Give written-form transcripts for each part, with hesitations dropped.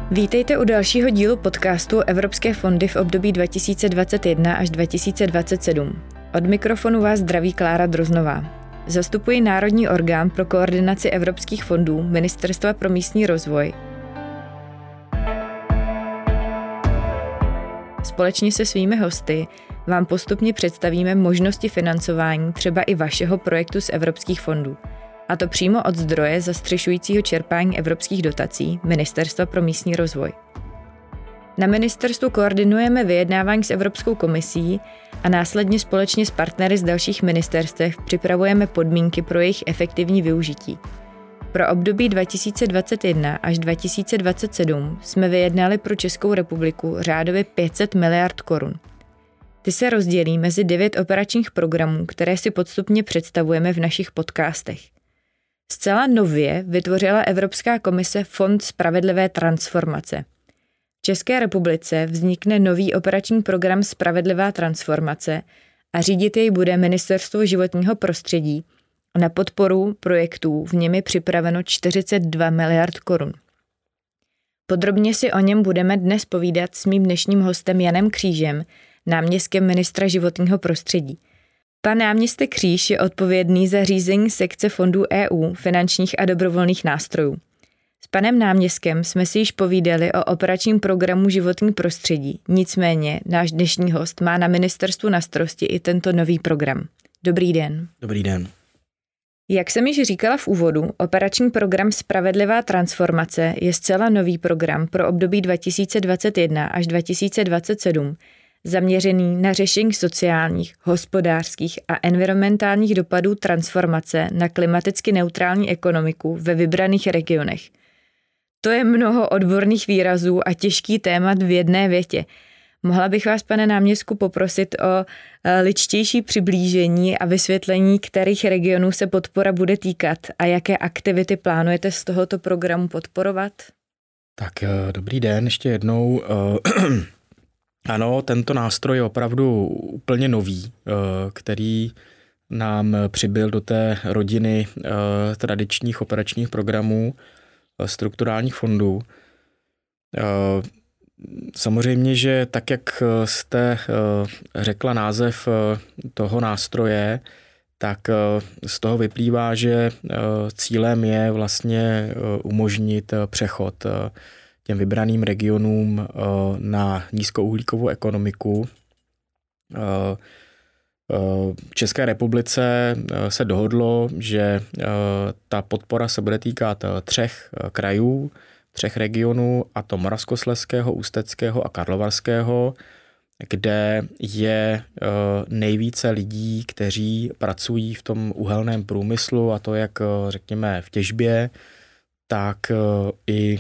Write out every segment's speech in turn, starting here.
Vítejte u dalšího dílu podcastu Evropské fondy v období 2021 až 2027. Od mikrofonu vás zdraví Klára Droznová. Zastupuji Národní orgán pro koordinaci evropských fondů Ministerstva pro místní rozvoj. Společně se svými hosty vám postupně představíme možnosti financování třeba i vašeho projektu z evropských fondů. A to přímo od zdroje zastřešujícího čerpání evropských dotací Ministerstva pro místní rozvoj. Na ministerstvu koordinujeme vyjednávání s Evropskou komisí a následně společně s partnery z dalších ministerstev připravujeme podmínky pro jejich efektivní využití. Pro období 2021 až 2027 jsme vyjednali pro Českou republiku řádově 500 miliard korun. Ty se rozdělí mezi 9 operačních programů, které si podstupně představujeme v našich podcastech. Zcela nově vytvořila Evropská komise Fond spravedlivé transformace. V České republice vznikne nový operační program Spravedlivá transformace a řídit jej bude Ministerstvo životního prostředí. Na podporu projektů v něm je připraveno 42 miliard korun. Podrobně si o něm budeme dnes povídat s mým dnešním hostem Janem Křížem, náměstkem ministra životního prostředí. Pan náměstek Kříž je odpovědný za řízení sekce fondů EU, finančních a dobrovolných nástrojů. S panem náměstkem jsme si již povídali o operačním programu životní prostředí, nicméně náš dnešní host má na ministerstvu na starosti i tento nový program. Dobrý den. Dobrý den. Jak jsem již říkala v úvodu, operační program Spravedlivá transformace je zcela nový program pro období 2021 až 2027, zaměřený na řešení sociálních, hospodářských a environmentálních dopadů transformace na klimaticky neutrální ekonomiku ve vybraných regionech. To je mnoho odborných výrazů a těžký témat v jedné větě. Mohla bych vás, pane náměstku, poprosit o ličtější přiblížení a vysvětlení, kterých regionů se podpora bude týkat a jaké aktivity plánujete z tohoto programu podporovat? Tak dobrý den ještě jednou. Ano, tento nástroj je opravdu úplně nový, který nám přibyl do té rodiny tradičních operačních programů strukturálních fondů. Samozřejmě, že tak, jak jste řekla název toho nástroje, tak z toho vyplývá, že cílem je vlastně umožnit přechod těm vybraným regionům na nízkouhlíkovou ekonomiku. V České republice se dohodlo, že ta podpora se bude týkat 3 krajů, 3 regionů, a to Moravskoslezského, Ústeckého a Karlovarského, kde je nejvíce lidí, kteří pracují v tom uhelném průmyslu, a to jak řekněme v těžbě, tak i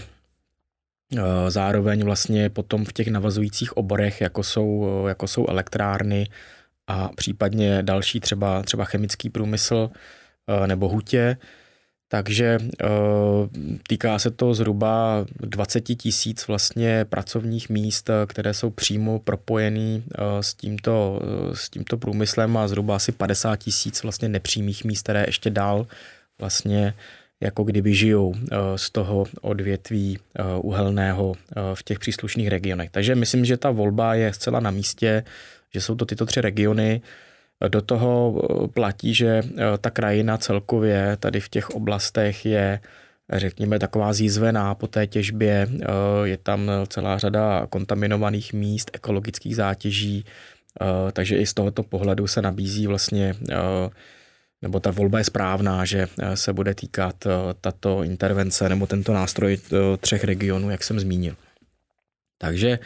zároveň vlastně potom v těch navazujících oborech, jako jsou elektrárny a případně další třeba chemický průmysl nebo hutě. Takže týká se to zhruba 20 000 vlastně pracovních míst, které jsou přímo propojený s tímto průmyslem, a zhruba asi 50 000 vlastně nepřímých míst, které ještě dál vlastně jako kdyby žijou z toho odvětví uhelného v těch příslušných regionech. Takže myslím, že ta volba je zcela na místě, že jsou to tyto 3 regiony. Do toho platí, že ta krajina celkově tady v těch oblastech je, řekněme, taková zízvená po té těžbě. Je tam celá řada kontaminovaných míst, ekologických zátěží, takže i z tohoto pohledu se nabízí vlastně, nebo ta volba je správná, že se bude týkat tato intervence nebo tento nástroj 3 regionů, jak jsem zmínil. Takže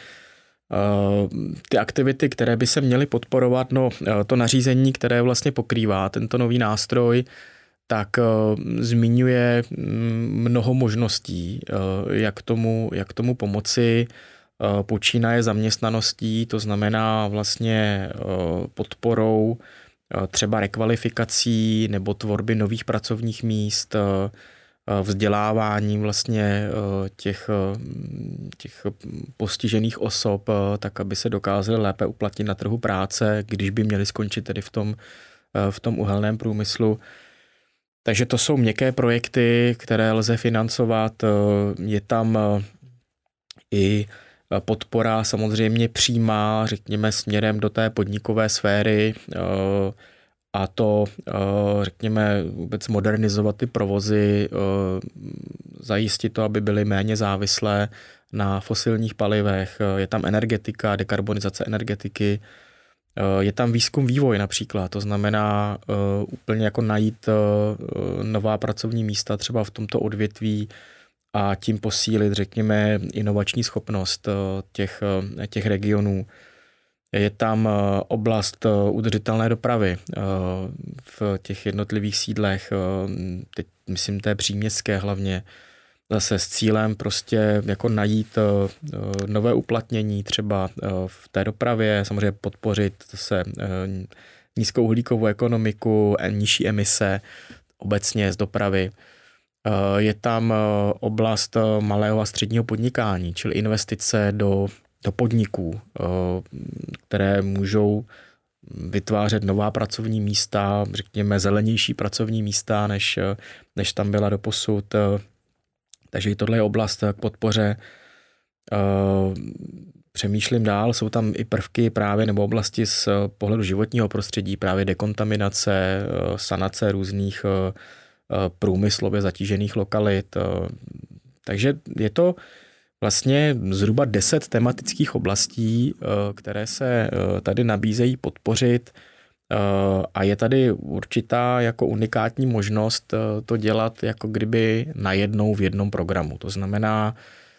ty aktivity, které by se měly podporovat, to nařízení, které vlastně pokrývá tento nový nástroj, tak zmiňuje mnoho možností, jak tomu pomoci. Počínaje zaměstnaností, to znamená vlastně podporou třeba rekvalifikací nebo tvorby nových pracovních míst, vzděláváním vlastně těch postižených osob, tak aby se dokázali lépe uplatnit na trhu práce, když by měli skončit tedy v tom uhelném průmyslu. Takže to jsou měkké projekty, které lze financovat. Je tam i podpora samozřejmě přímá, řekněme, směrem do té podnikové sféry, a to, řekněme, vůbec modernizovat ty provozy, zajistit to, aby byly méně závislé na fosilních palivech. Je tam energetika, dekarbonizace energetiky, je tam výzkum, vývoj například, to znamená úplně jako najít nová pracovní místa třeba v tomto odvětví a tím posílit, řekněme, inovační schopnost těch regionů. Je tam oblast udržitelné dopravy v těch jednotlivých sídlech, teď myslím té příměstské hlavně, zase s cílem prostě jako najít nové uplatnění třeba v té dopravě, samozřejmě podpořit zase nízkouhlíkovou ekonomiku, nižší emise obecně z dopravy. Je tam oblast malého a středního podnikání, čili investice do podniků, které můžou vytvářet nová pracovní místa, řekněme zelenější pracovní místa, než tam byla doposud. Takže i tohle je oblast k podpoře. Přemýšlím dál, jsou tam i prvky právě nebo oblasti z pohledu životního prostředí, právě dekontaminace, sanace různých průmyslově zatížených lokalit. Takže je to vlastně zhruba 10 tematických oblastí, které se tady nabízejí podpořit, a je tady určitá jako unikátní možnost to dělat jako kdyby najednou v jednom programu. To znamená,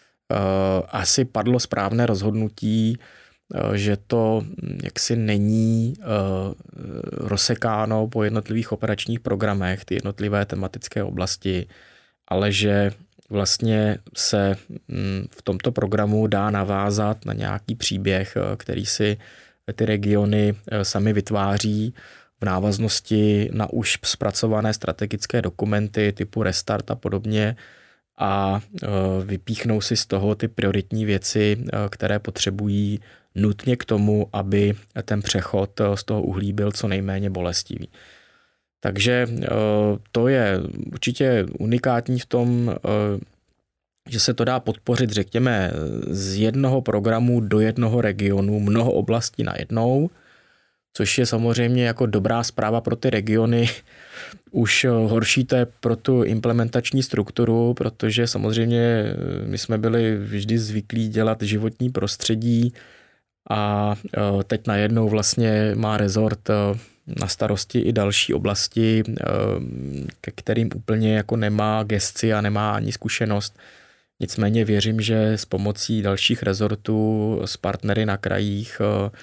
asi padlo správné rozhodnutí, že to jaksi není rozsekáno po jednotlivých operačních programech, ty jednotlivé tematické oblasti, ale že vlastně se v tomto programu dá navázat na nějaký příběh, který si ty regiony sami vytváří v návaznosti na už zpracované strategické dokumenty typu Restart a podobně a vypíchnou si z toho ty prioritní věci, které potřebují nutně k tomu, aby ten přechod z toho uhlí byl co nejméně bolestivý. Takže to je určitě unikátní v tom, že se to dá podpořit, řekněme, z jednoho programu do jednoho regionu, mnoho oblastí najednou, což je samozřejmě jako dobrá zpráva pro ty regiony. Už horší to je pro tu implementační strukturu, protože samozřejmě my jsme byli vždy zvyklí dělat životní prostředí a teď najednou vlastně má rezort na starosti i další oblasti, ke kterým úplně jako nemá gesci a nemá ani zkušenost. Nicméně věřím, že s pomocí dalších rezortů, s partnery na krajích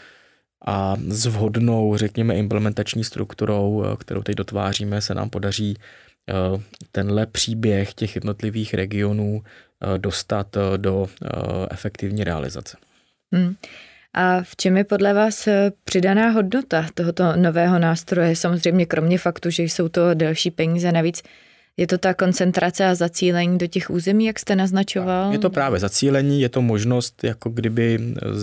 a s vhodnou, řekněme, implementační strukturou, kterou teď dotváříme, se nám podaří tenhle příběh těch jednotlivých regionů dostat do efektivní realizace. A v čem je podle vás přidaná hodnota tohoto nového nástroje? Samozřejmě kromě faktu, že jsou to další peníze navíc, je to ta koncentrace a zacílení do těch území, jak jste naznačoval? Je to právě zacílení, je to možnost jako kdyby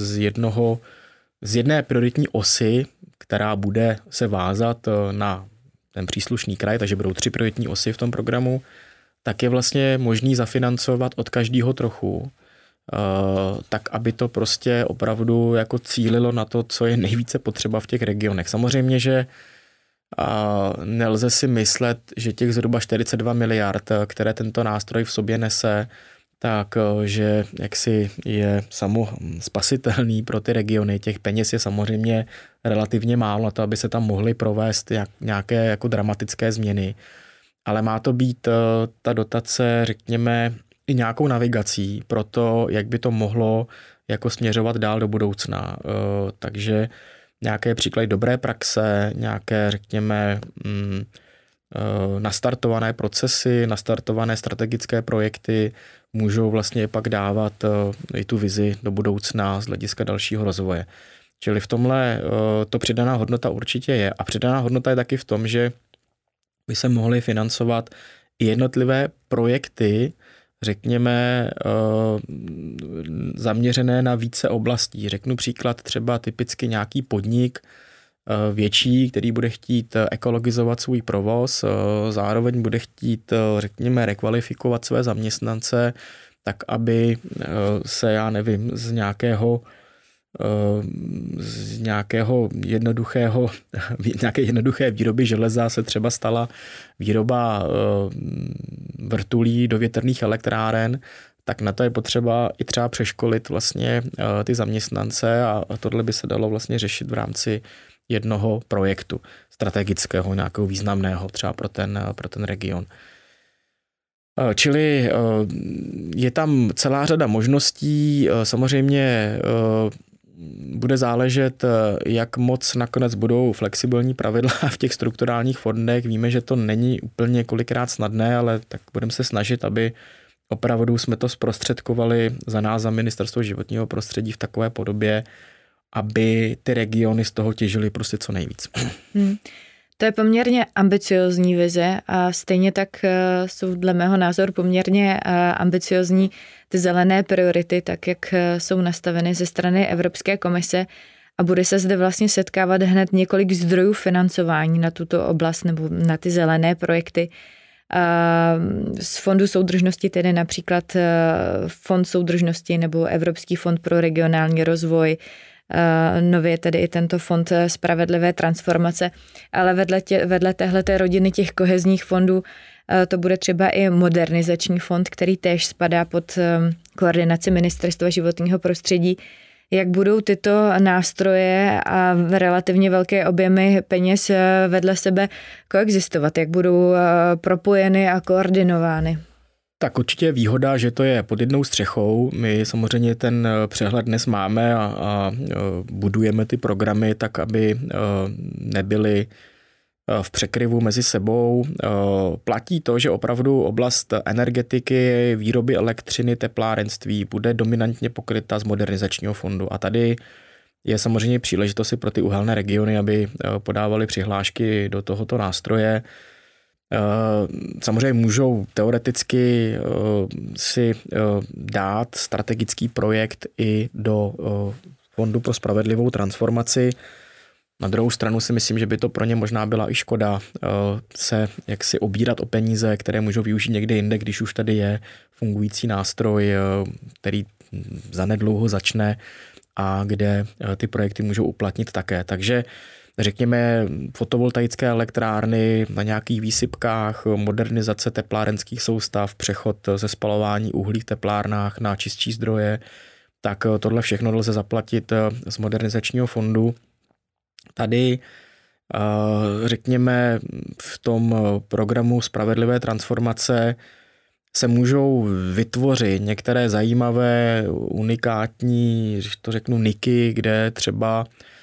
z jedné prioritní osy, která bude se vázat na ten příslušný kraj, takže budou 3 prioritní osy v tom programu, tak je vlastně možný zafinancovat od každého trochu, tak aby to prostě opravdu jako cílilo na to, co je nejvíce potřeba v těch regionech. Samozřejmě, že nelze si myslet, že těch zhruba 42 miliard, které tento nástroj v sobě nese, takže jaksi je samospasitelný pro ty regiony. Těch peněz je samozřejmě relativně málo na to, aby se tam mohly provést nějaké jako dramatické změny. Ale má to být ta dotace, řekněme, i nějakou navigací pro to, jak by to mohlo jako směřovat dál do budoucna. Takže nějaké příklady dobré praxe, nějaké, řekněme, nastartované procesy, nastartované strategické projekty můžou vlastně pak dávat i tu vizi do budoucna z hlediska dalšího rozvoje. Čili v tomhle to přidaná hodnota určitě je. A přidaná hodnota je taky v tom, že by se mohly financovat i jednotlivé projekty, řekněme, zaměřené na více oblastí. Řeknu příklad, třeba typicky nějaký podnik větší, který bude chtít ekologizovat svůj provoz, zároveň bude chtít, řekněme, rekvalifikovat své zaměstnance, tak aby se, já nevím, z nějaké jednoduché výroby železa se třeba stala výroba vrtulí do větrných elektráren, tak na to je potřeba i třeba přeškolit vlastně ty zaměstnance a tohle by se dalo vlastně řešit v rámci jednoho projektu strategického, nějakého významného třeba pro ten region. Čili je tam celá řada možností, samozřejmě bude záležet, jak moc nakonec budou flexibilní pravidla v těch strukturálních fondech. Víme, že to není úplně kolikrát snadné, ale tak budeme se snažit, aby opravdu jsme to zprostředkovali za nás, za Ministerstvo životního prostředí v takové podobě, aby ty regiony z toho těžily prostě co nejvíc. To je poměrně ambiciozní vize a stejně tak jsou dle mého názoru poměrně ambiciozní ty zelené priority, tak jak jsou nastaveny ze strany Evropské komise a bude se zde vlastně setkávat hned několik zdrojů financování na tuto oblast nebo na ty zelené projekty. Z Fondu soudržnosti, tedy například Fond soudržnosti nebo Evropský fond pro regionální rozvoj, nově tedy i tento fond spravedlivé transformace, ale vedle téhleté rodiny těch kohezních fondů to bude třeba i modernizační fond, který též spadá pod koordinaci Ministerstva životního prostředí. Jak budou tyto nástroje a relativně velké objemy peněz vedle sebe koexistovat? Jak budou propojeny a koordinovány? Tak určitě je výhoda, že to je pod jednou střechou. My samozřejmě ten přehled dnes máme a budujeme ty programy tak, aby nebyly v překryvu mezi sebou. Platí to, že opravdu oblast energetiky, výroby elektřiny, teplárenství bude dominantně pokryta z modernizačního fondu. A tady je samozřejmě příležitost pro ty uhelné regiony, aby podávali přihlášky do tohoto nástroje. Samozřejmě můžou teoreticky si dát strategický projekt i do Fondu pro spravedlivou transformaci. Na druhou stranu si myslím, že by to pro ně možná byla i škoda se jaksi obírat o peníze, které můžou využít někde jinde, když už tady je fungující nástroj, který zanedlouho začne a kde ty projekty můžou uplatnit také. Takže řekněme fotovoltaické elektrárny na nějakých výsypkách, modernizace teplárenských soustav, přechod ze spalování uhlí v teplárnách na čistší zdroje, tak tohle všechno lze zaplatit z modernizačního fondu. Tady řekněme v tom programu spravedlivé transformace se můžou vytvořit některé zajímavé, unikátní, když to řeknu, niky, kde třeba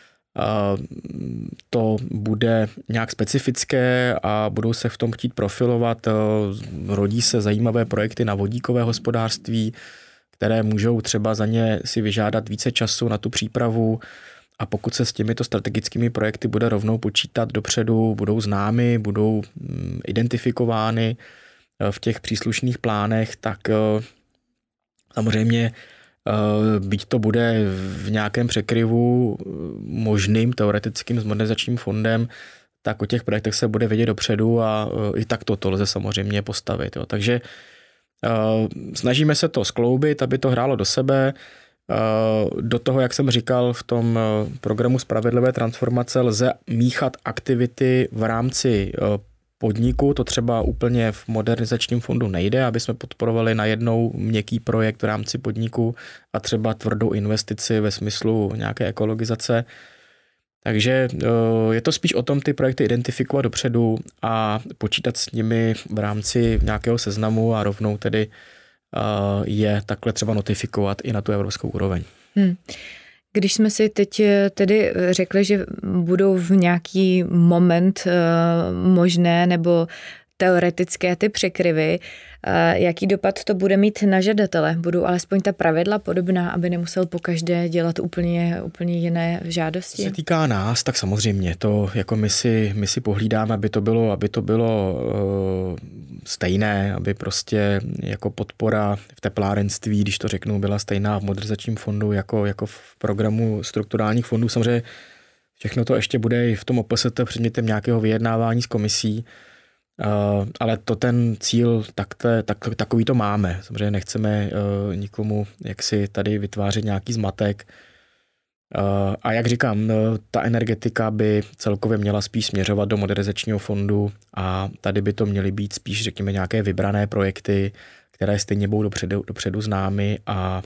to bude nějak specifické a budou se v tom chtít profilovat. Rodí se zajímavé projekty na vodíkové hospodářství, které můžou třeba za ně si vyžádat více času na tu přípravu. A pokud se s těmito strategickými projekty bude rovnou počítat dopředu, budou známy, budou identifikovány v těch příslušných plánech, tak samozřejmě byť to bude v nějakém překryvu možným teoretickým s modernizačním fondem, tak o těch projektech se bude vědět dopředu a i tak toto lze samozřejmě postavit. Jo. Takže snažíme se to skloubit, aby to hrálo do sebe. Do toho, jak jsem říkal, v tom programu spravedlivé transformace lze míchat aktivity v rámci podniku, to třeba úplně v modernizačním fondu nejde, aby jsme podporovali najednou měkký projekt v rámci podniku a třeba tvrdou investici ve smyslu nějaké ekologizace. Takže je to spíš o tom ty projekty identifikovat dopředu a počítat s nimi v rámci nějakého seznamu a rovnou tedy je takhle třeba notifikovat i na tu evropskou úroveň. Když jsme si teď tedy řekli, že budou v nějaký moment možné nebo teoretické ty překryvy, jaký dopad to bude mít na žadatele? Budou alespoň ta pravidla podobná, aby nemusel pokaždé dělat úplně jiné žádosti? Co se týká nás, tak samozřejmě to jako my si pohlídáme, aby to bylo stejné, aby prostě jako podpora v teplárenství, když to řeknu, byla stejná v modernizačním fondu jako v programu strukturálních fondů. Samozřejmě všechno to ještě bude i v tom OPST předmětem nějakého vyjednávání s komisí, Ale to ten cíl, takový to máme. Samozřejmě nechceme nikomu jaksi tady vytvářet nějaký zmatek. A jak říkám, ta energetika by celkově měla spíš směřovat do modernizačního fondu a tady by to měly být spíš, řekněme, nějaké vybrané projekty, které stejně budou dopředu známy a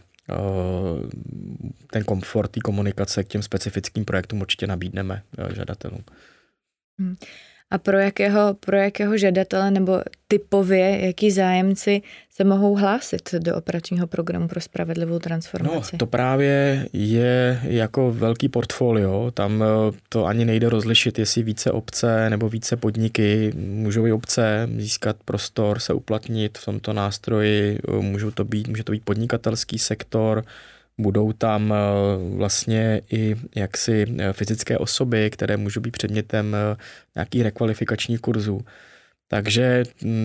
ten komfort, té komunikace k těm specifickým projektům určitě nabídneme žadatelům. A pro jakého žadatele nebo typově, jaký zájemci se mohou hlásit do operačního programu pro spravedlivou transformaci? No, to právě je jako velký portfolio, tam to ani nejde rozlišit, jestli více obce nebo více podniky. Můžou i obce získat prostor, se uplatnit v tomto nástroji, může to být podnikatelský sektor, budou tam vlastně i jaksi fyzické osoby, které můžou být předmětem nějakých rekvalifikačních kurzů. Takže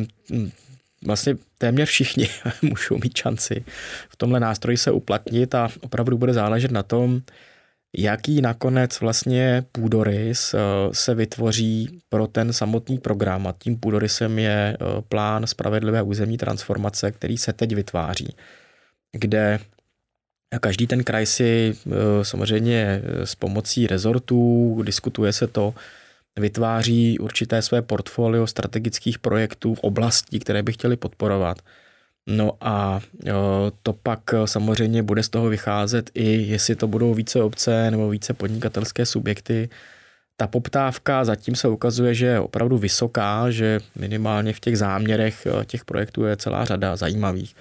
vlastně téměř všichni můžou mít šanci v tomhle nástroji se uplatnit a opravdu bude záležet na tom, jaký nakonec vlastně půdorys se vytvoří pro ten samotný program. A tím půdorysem je plán spravedlivé územní transformace, který se teď vytváří, kde každý ten kraj si samozřejmě s pomocí rezortů, diskutuje se to, vytváří určité své portfolio strategických projektů v oblasti, které by chtěli podporovat. No a to pak samozřejmě bude z toho vycházet i jestli to budou více obce nebo více podnikatelské subjekty. Ta poptávka zatím se ukazuje, že je opravdu vysoká, že minimálně v těch záměrech těch projektů je celá řada zajímavých.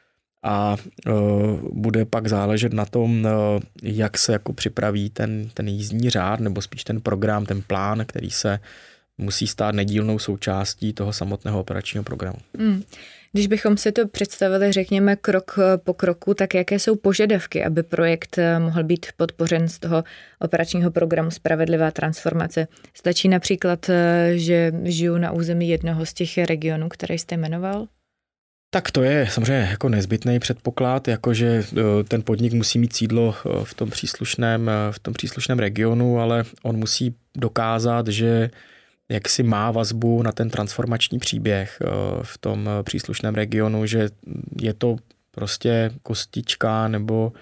A bude pak záležet na tom, jak se jako připraví ten jízdní řád, nebo spíš ten program, ten plán, který se musí stát nedílnou součástí toho samotného operačního programu. Když bychom si to představili, řekněme, krok po kroku, tak jaké jsou požadavky, aby projekt mohl být podpořen z toho operačního programu Spravedlivá transformace? Stačí například, že žiju na území jednoho z těch regionů, které jste jmenoval? Tak to je samozřejmě jako nezbytný předpoklad, jakože ten podnik musí mít sídlo v tom příslušném regionu, ale on musí dokázat, že jak si má vazbu na ten transformační příběh v tom příslušném regionu, že je to prostě kostička nebo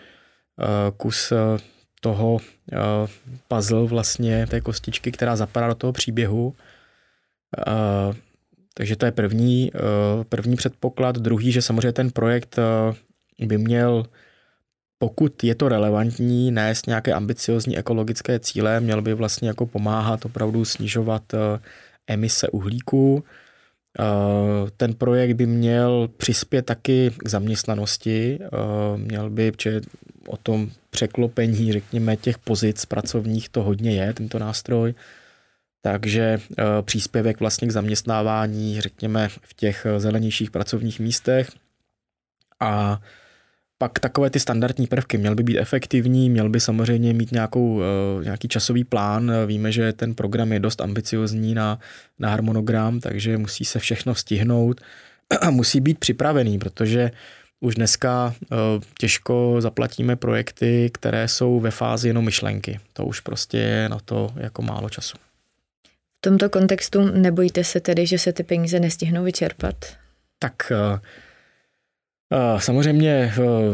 kus toho puzzle vlastně, té kostičky, která zapadá do toho příběhu. Takže to je první předpoklad. Druhý, že samozřejmě ten projekt by měl, pokud je to relevantní, nést nějaké ambiciozní ekologické cíle, měl by vlastně jako pomáhat opravdu snižovat emise uhlíku. Ten projekt by měl přispět taky k zaměstnanosti, měl by, protože o tom překlopení, řekněme, těch pozic pracovních to hodně je, tento nástroj. Takže příspěvek vlastně k zaměstnávání, řekněme, v těch zelenějších pracovních místech. A pak takové ty standardní prvky. Měl by být efektivní, měl by samozřejmě mít nějaký časový plán. Víme, že ten program je dost ambiciozní na harmonogram, takže musí se všechno stihnout a musí být připravený, protože už dneska těžko zaplatíme projekty, které jsou ve fázi jenom myšlenky. To už prostě je na to jako málo času. V tomto kontextu nebojíte se tedy, že se ty peníze nestihnou vyčerpat? Tak samozřejmě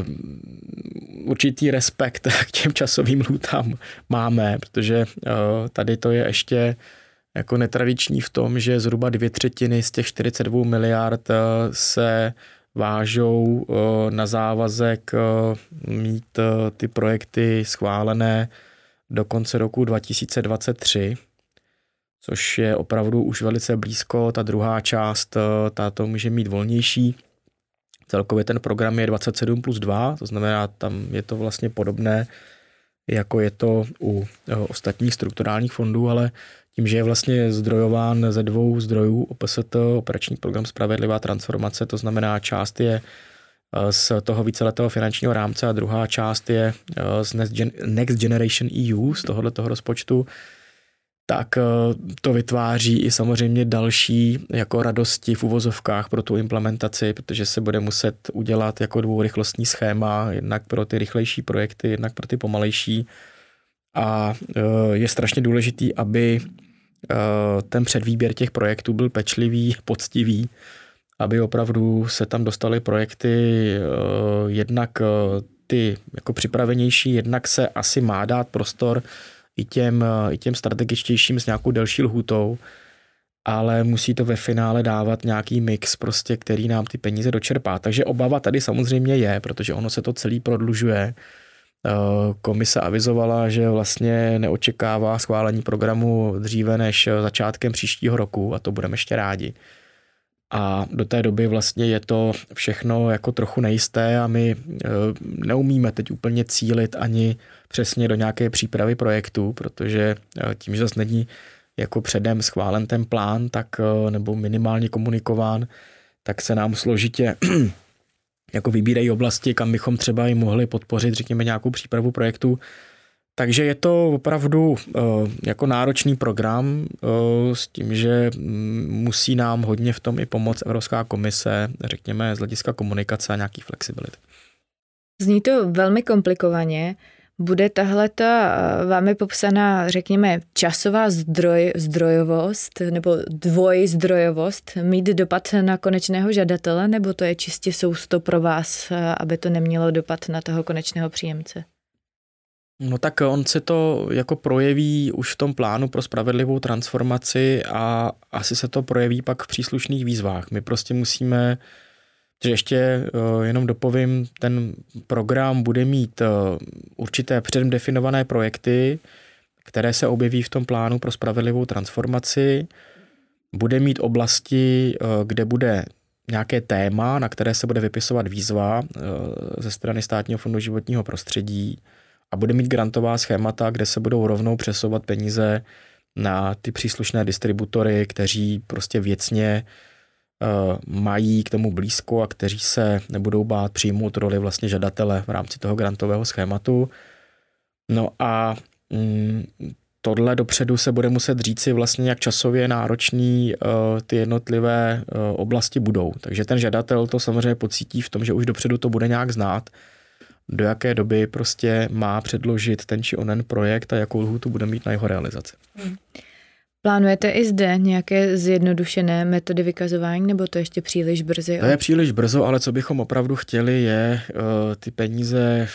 určitý respekt k těm časovým lhůtám máme, protože tady to je ještě jako netradiční v tom, že zhruba 2/3 z těch 42 miliard se vážou na závazek mít ty projekty schválené do konce roku 2023, což je opravdu už velice blízko. Ta druhá část, ta to může mít volnější. Celkově ten program je 27+2, to znamená, tam je to vlastně podobné, jako je to u ostatních strukturálních fondů, ale tím, že je vlastně zdrojován ze 2 zdrojů OPST, operační program Spravedlivá transformace, to znamená, část je z toho víceletého finančního rámce a druhá část je z Next Generation EU, z tohoto rozpočtu, tak to vytváří i samozřejmě další jako radosti v uvozovkách pro tu implementaci, protože se bude muset udělat jako dvourychlostní schéma, jednak pro ty rychlejší projekty, jednak pro ty pomalejší. A je strašně důležitý, aby ten předvýběr těch projektů byl pečlivý, poctivý, aby opravdu se tam dostaly projekty jednak ty jako připravenější, jednak se asi má dát prostor i těm strategičtějším s nějakou delší lhůtou, ale musí to ve finále dávat nějaký mix, prostě, který nám ty peníze dočerpá. Takže obava tady samozřejmě je, protože ono se to celý prodlužuje. Komise avizovala, že vlastně neočekává schválení programu dříve než začátkem příštího roku a to budeme ještě rádi. A do té doby vlastně je to všechno jako trochu nejisté a my neumíme teď úplně cílit ani přesně do nějaké přípravy projektu, protože tím, že zase není jako předem schválen ten plán, tak nebo minimálně komunikován, tak se nám složitě jako vybírají oblasti, kam bychom třeba i mohli podpořit, řekněme, nějakou přípravu projektu. Takže je to opravdu jako náročný program s tím, že musí nám hodně v tom i pomoct Evropská komise, řekněme, z hlediska komunikace a nějaký flexibility. Zní to velmi komplikovaně. Bude tahleta vámi popsaná, řekněme, časová zdrojovost nebo dvojzdrojovost mít dopad na konečného žadatele, nebo to je čistě sousto pro vás, aby to nemělo dopad na toho konečného příjemce? No tak on se to jako projeví už v tom plánu pro spravedlivou transformaci a asi se to projeví pak v příslušných výzvách. My prostě musíme, že ještě jenom dopovím, ten program bude mít určité předem definované projekty, které se objeví v tom plánu pro spravedlivou transformaci. Bude mít oblasti, kde bude nějaké téma, na které se bude vypisovat výzva ze strany Státního fondu životního prostředí a bude mít grantová schémata, kde se budou rovnou přesouvat peníze na ty příslušné distributory, kteří prostě věcně mají k tomu blízko a kteří se nebudou bát přijmout roli vlastně žadatele v rámci toho grantového schématu. No a tohle dopředu se bude muset říci vlastně, jak časově náročný ty jednotlivé oblasti budou. Takže ten žadatel to samozřejmě pocítí v tom, že už dopředu to bude nějak znát, do jaké doby prostě má předložit ten či onen projekt a jakou lhůtu bude mít na jeho realizaci. Plánujete i zde nějaké zjednodušené metody vykazování, nebo to ještě příliš brzy? To je příliš brzo, ale co bychom opravdu chtěli je ty peníze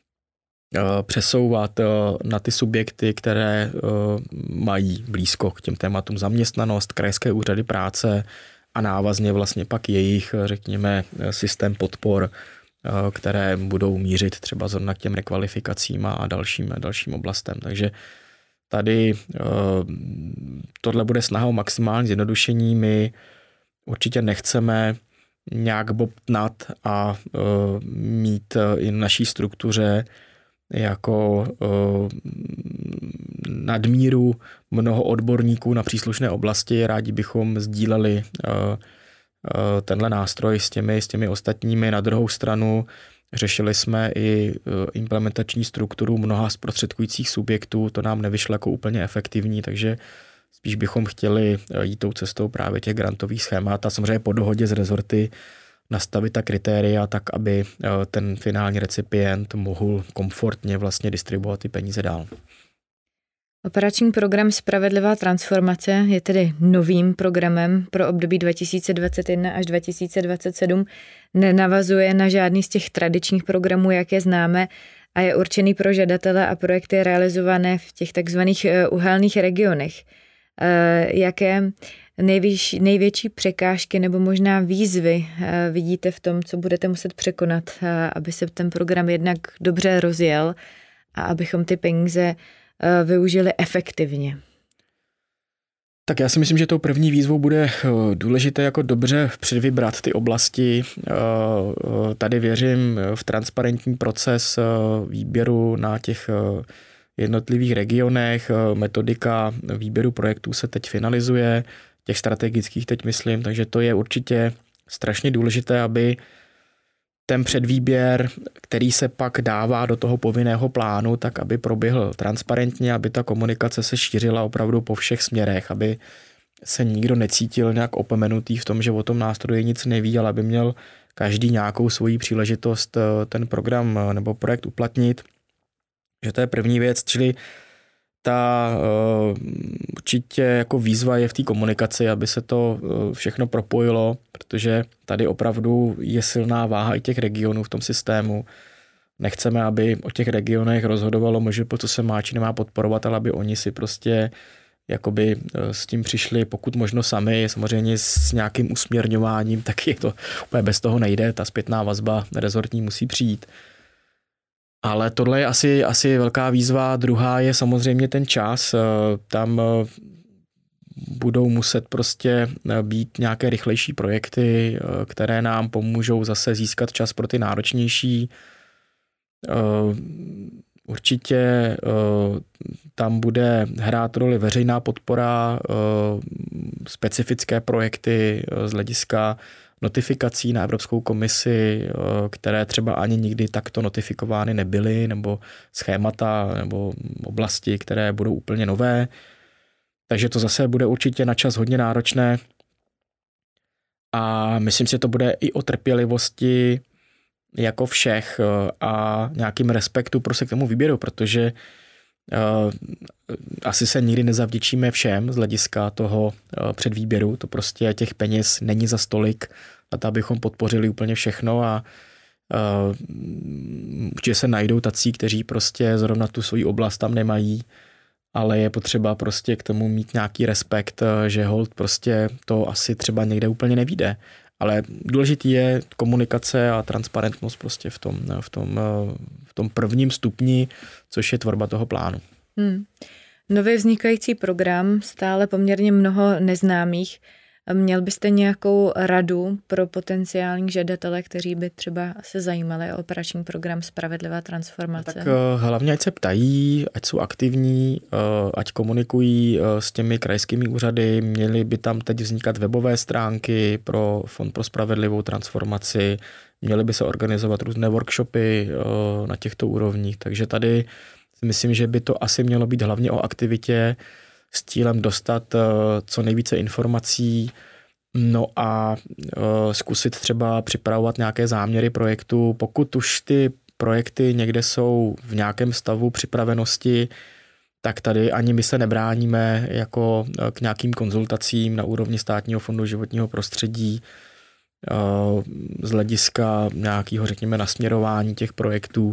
přesouvat na ty subjekty, které mají blízko k těm tématům zaměstnanost, krajské úřady práce a návazně vlastně pak jejich, řekněme, systém podpor, které budou mířit třeba zrovna k těm rekvalifikacím a dalším oblastem. Takže tady tohle bude snaha o maximální zjednodušení. My určitě nechceme nějak bobtnat a mít i v naší struktuře jako nadmíru mnoho odborníků na příslušné oblasti. Rádi bychom sdíleli tenhle nástroj s těmi ostatními. Na druhou stranu řešili jsme i implementační strukturu mnoha zprostředkujících subjektů, to nám nevyšlo jako úplně efektivní, takže spíš bychom chtěli jít tou cestou právě těch grantových schémat a samozřejmě po dohodě s rezorty nastavit ta kritéria tak, aby ten finální recipient mohl komfortně vlastně distribuovat ty peníze dál. Operační program Spravedlivá transformace je tedy novým programem pro období 2021 až 2027. Nenavazuje na žádný z těch tradičních programů, jak je známe, a je určený pro žadatele a projekty realizované v těch takzvaných uhelných regionech. Jaké největší překážky nebo možná výzvy vidíte v tom, co budete muset překonat, aby se ten program jednak dobře rozjel a abychom ty peníze využili efektivně? Tak já si myslím, že tou první výzvou bude důležité jako dobře předvybrat ty oblasti. Tady věřím v transparentní proces výběru na těch jednotlivých regionech. Metodika výběru projektů se teď finalizuje, těch strategických teď myslím, takže to je určitě strašně důležité, aby ten předvýběr, který se pak dává do toho povinného plánu, tak aby proběhl transparentně, aby ta komunikace se šířila opravdu po všech směrech, aby se nikdo necítil nějak opomenutý v tom, že o tom nástroji nic neví, ale aby měl každý nějakou svoji příležitost ten program nebo projekt uplatnit. Že to je první věc, čili ta určitě jako výzva je v té komunikaci, aby se to všechno propojilo, protože tady opravdu je silná váha i těch regionů v tom systému. Nechceme, aby o těch regionech rozhodovalo MŽP, co se má či nemá podporovat, ale aby oni si prostě jakoby s tím přišli pokud možno sami, samozřejmě s nějakým usměrňováním, taky to úplně bez toho nejde, ta zpětná vazba rezortní musí přijít. Ale tohle je asi velká výzva. Druhá je samozřejmě ten čas. Tam budou muset prostě být nějaké rychlejší projekty, které nám pomůžou zase získat čas pro ty náročnější. Určitě tam bude hrát roli veřejná podpora, specifické projekty z hlediska notifikací na Evropskou komisi, které třeba ani nikdy takto notifikovány nebyly, nebo schémata, nebo oblasti, které budou úplně nové. Takže to zase bude určitě na čas hodně náročné. A myslím si, že to bude i o trpělivosti jako všech a nějakým respektu prostě k tomu výběru, protože asi se nikdy nezavděčíme všem z hlediska toho předvýběru. To prostě těch peněz není za stolik na to, abychom podpořili úplně všechno a určitě se najdou tací, kteří prostě zrovna tu svoji oblast tam nemají, ale je potřeba prostě k tomu mít nějaký respekt, že hold prostě to asi třeba někde úplně nevyjde. Ale důležitý je komunikace a transparentnost prostě v tom prvním stupni, což je tvorba toho plánu. Nově vznikající program, stále poměrně mnoho neznámých. Měl byste nějakou radu pro potenciální žadatele, kteří by třeba se zajímali o operační program Spravedlivá transformace? Tak hlavně ať se ptají, ať jsou aktivní, ať komunikují s těmi krajskými úřady. Měly by tam teď vznikat webové stránky pro Fond pro spravedlivou transformaci, měly by se organizovat různé workshopy na těchto úrovních. Takže tady myslím, že by to asi mělo být hlavně o aktivitě s cílem dostat co nejvíce informací, no a zkusit třeba připravovat nějaké záměry projektu. Pokud už ty projekty někde jsou v nějakém stavu připravenosti, tak tady ani my se nebráníme jako k nějakým konzultacím na úrovni Státního fondu životního prostředí z hlediska nějakého, řekněme, nasměrování těch projektů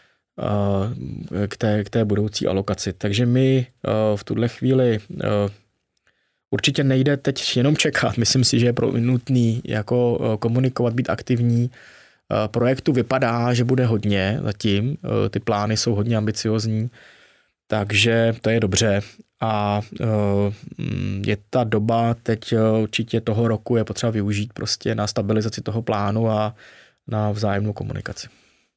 k té budoucí alokaci. Takže my v tuhle chvíli určitě nejde teď jenom čekat. Myslím si, že je nutný jako komunikovat, být aktivní. Projektu vypadá, že bude hodně zatím. Ty plány jsou hodně ambiciozní, takže to je dobře. A je ta doba teď určitě toho roku je potřeba využít prostě na stabilizaci toho plánu a na vzájemnou komunikaci.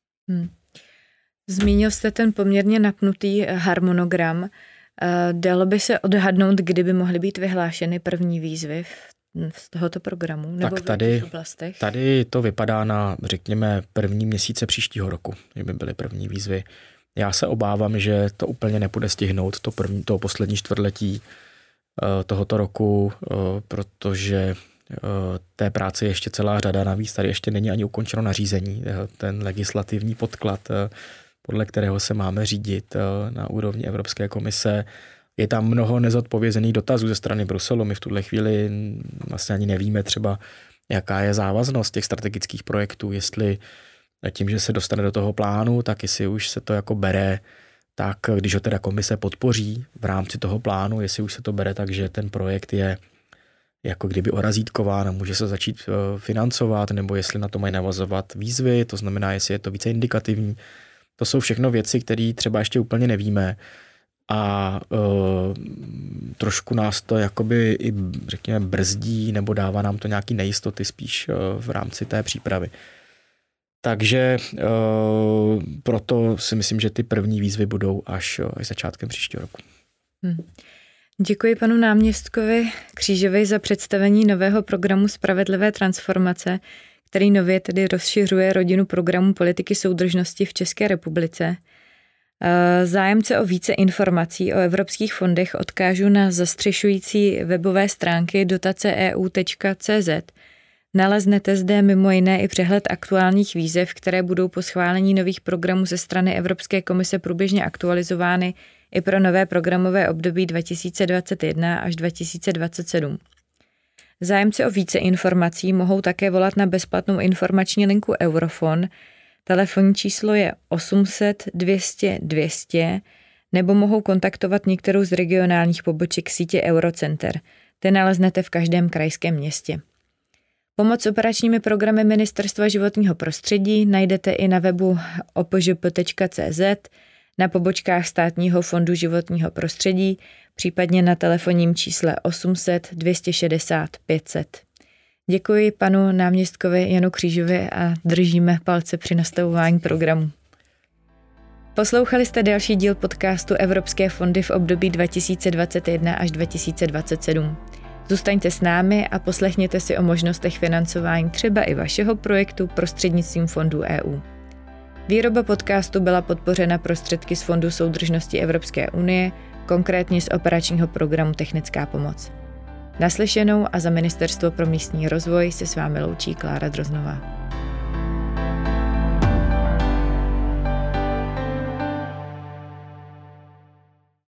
Zmínil jste ten poměrně napnutý harmonogram. Dalo by se odhadnout, kdy by mohly být vyhlášeny první výzvy z tohoto programu? Nebo tak v jakých oblastech? Tady to vypadá na, řekněme, první měsíce příštího roku, že by byly první výzvy. Já se obávám, že to úplně nepůjde stihnout to poslední čtvrtletí tohoto roku, protože té práce je ještě celá řada. Navíc tady ještě není ani ukončeno nařízení, ten legislativní podklad, podle kterého se máme řídit na úrovni Evropské komise. Je tam mnoho nezodpovězených dotazů ze strany Bruselu. My v tuhle chvíli vlastně ani nevíme třeba, jaká je závaznost těch strategických projektů, jestli tím, že se dostane do toho plánu, tak jestli už se to jako bere, tak když ho teda komise podpoří v rámci toho plánu, jestli už se to bere tak, že ten projekt je jako kdyby orazítkován a může se začít financovat, nebo jestli na to mají navazovat výzvy, to znamená, jestli je to více indikativní. To jsou všechno věci, které třeba ještě úplně nevíme a trošku nás to jakoby i, řekněme, brzdí nebo dává nám to nějaký nejistoty spíš v rámci té přípravy. Takže proto si myslím, že ty první výzvy budou až začátkem příštího roku. Děkuji panu náměstkovi Křížovi za představení nového programu Spravedlivé transformace, který nově tedy rozšiřuje rodinu programu politiky soudržnosti v České republice. Zájemce o více informací o evropských fondech odkážu na zastřešující webové stránky dotace.eu.cz. Naleznete zde mimo jiné i přehled aktuálních výzev, které budou po schválení nových programů ze strany Evropské komise průběžně aktualizovány i pro nové programové období 2021 až 2027. Zájemci o více informací mohou také volat na bezplatnou informační linku Eurofond. Telefonní číslo je 800 200 200 nebo mohou kontaktovat některou z regionálních poboček sítě Eurocenter. Ty naleznete v každém krajském městě. Pomoc s operačními programy Ministerstva životního prostředí najdete i na webu opžp.cz, na pobočkách Státního fondu životního prostředí, případně na telefonním čísle 800 260 500. Děkuji panu náměstkovi Janu Křížovi a držíme palce při nastavování programu. Poslouchali jste další díl podcastu Evropské fondy v období 2021 až 2027. Zůstaňte s námi a poslechněte si o možnostech financování třeba i vašeho projektu prostřednictvím fondů EU. Výroba podcastu byla podpořena prostředky z Fondu soudržnosti Evropské unie, konkrétně z operačního programu Technická pomoc. Naslyšenou a za Ministerstvo pro místní rozvoj se s vámi loučí Klára Droznová.